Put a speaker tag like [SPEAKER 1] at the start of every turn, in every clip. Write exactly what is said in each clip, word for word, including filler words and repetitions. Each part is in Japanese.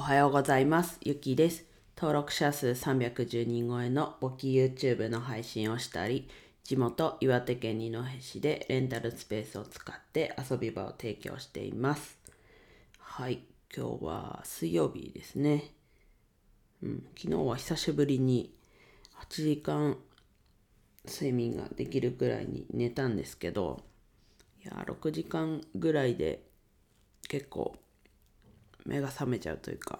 [SPEAKER 1] はようございます。ゆきです。登録者数さんびゃくじゅうにん超えの簿記 YouTube の配信をしたり、地元岩手県二戸市でレンタルスペースを使って遊び場を提供しています。はい、今日は水曜日ですね。うん、昨日は久しぶりにはちじかん睡眠ができるくらいに寝たんですけど、いやろくじかんぐらいで結構目が覚めちゃうというか、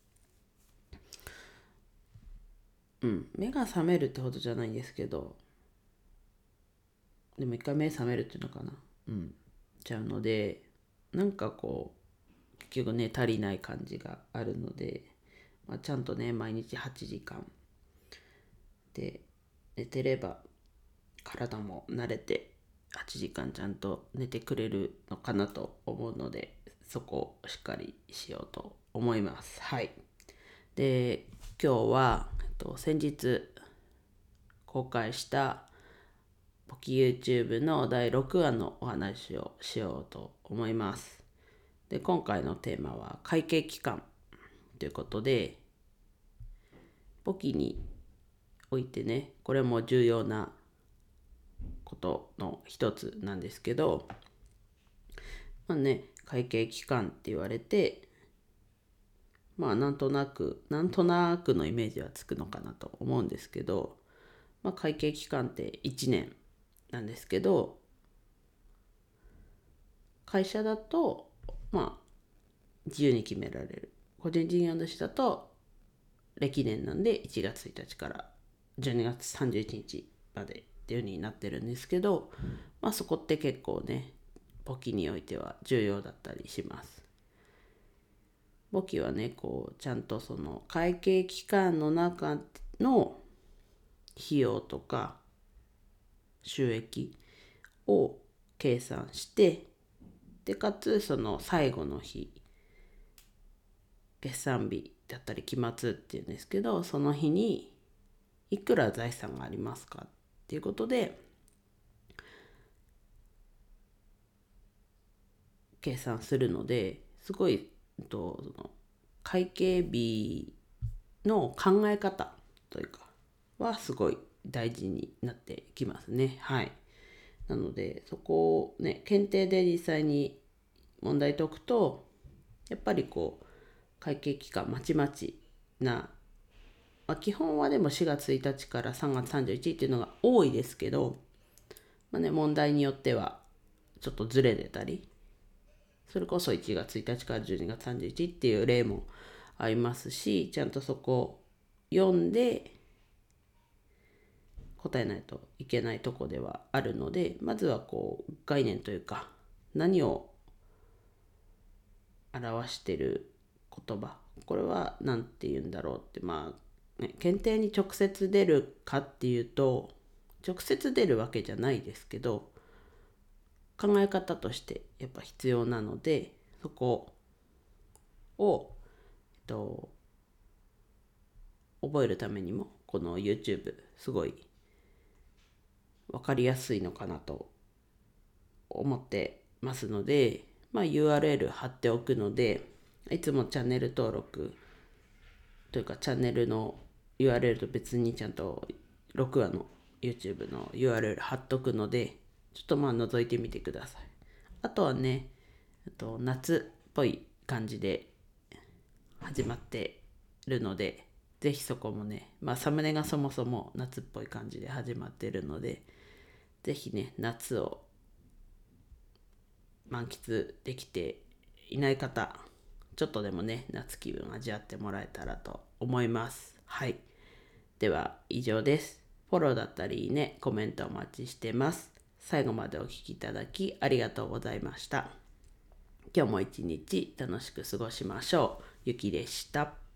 [SPEAKER 1] うん、目が覚めるってほどじゃないんですけど、でも一回目覚めるっていうのかな、うん、ちゃうので、なんかこう結局ね足りない感じがあるので、まあ、ちゃんとね毎日はちじかんで寝てれば体も慣れてはちじかんちゃんと寝てくれるのかなと思うので、そこをしっかりしようと思います。はい。で、今日は、えっと、先日公開した簿記 YouTube のだいろくわのお話をしようと思います。で、今回のテーマは会計期間ということで、簿記においてね、これも重要なことの一つなんですけど、まあね、会計期間って言われて、まあなんとなく、なんとなくのイメージはつくのかなと思うんですけど、まあ会計期間っていちねんなんですけど、会社だと、まあ自由に決められる。個人事業主だと歴年なんでいちがつついたちからじゅうにがつさんじゅういちにちまでっていう風になってるんですけど、まあそこって結構ね、簿記においては重要だったりします。簿記はね、こうちゃんとその会計期間の中の費用とか収益を計算して、でかつその最後の日、決算日だったり期末っていうんですけど、その日にいくら財産がありますかっていうことで計算するので、すごいとその会計日の考え方というかはすごい大事になってきますね。はい。なのでそこをね検定で実際に問題解くと、やっぱりこう会計期間まちまちな、まあ、基本はでもしがつついたちからさんがつさんじゅういちにちっていうのが多いですけど、まあね、問題によってはちょっとずれてたり、それこそいちがつついたちからじゅうにがつさんじゅういちにちっていう例もありますし、ちゃんとそこを読んで答えないといけないとこではあるので、まずはこう概念というか何を表している言葉、これは何て言うんだろうって、まあ、ね、検定に直接出るかっていうと直接出るわけじゃないですけど、考え方としてやっぱ必要なので、そこを、えっと、覚えるためにもこの YouTube すごい分かりやすいのかなと思ってますので、まあ、ユーアールエル 貼っておくので、いつもチャンネル登録というかチャンネルの ユーアールエル と別にちゃんとろくわの YouTube の ユーアールエル 貼っとくので、ちょっとまあ覗いてみてください。あとはね、あと夏っぽい感じで始まってるので、ぜひそこもね、まあサムネがそもそも夏っぽい感じで始まってるので、ぜひね、夏を満喫できていない方、ちょっとでもね、夏気分味わってもらえたらと思います。はい。では以上です。フォローだったりね、コメントお待ちしてます。最後までお聞きいただきありがとうございました。今日も一日楽しく過ごしましょう。ゆきでした。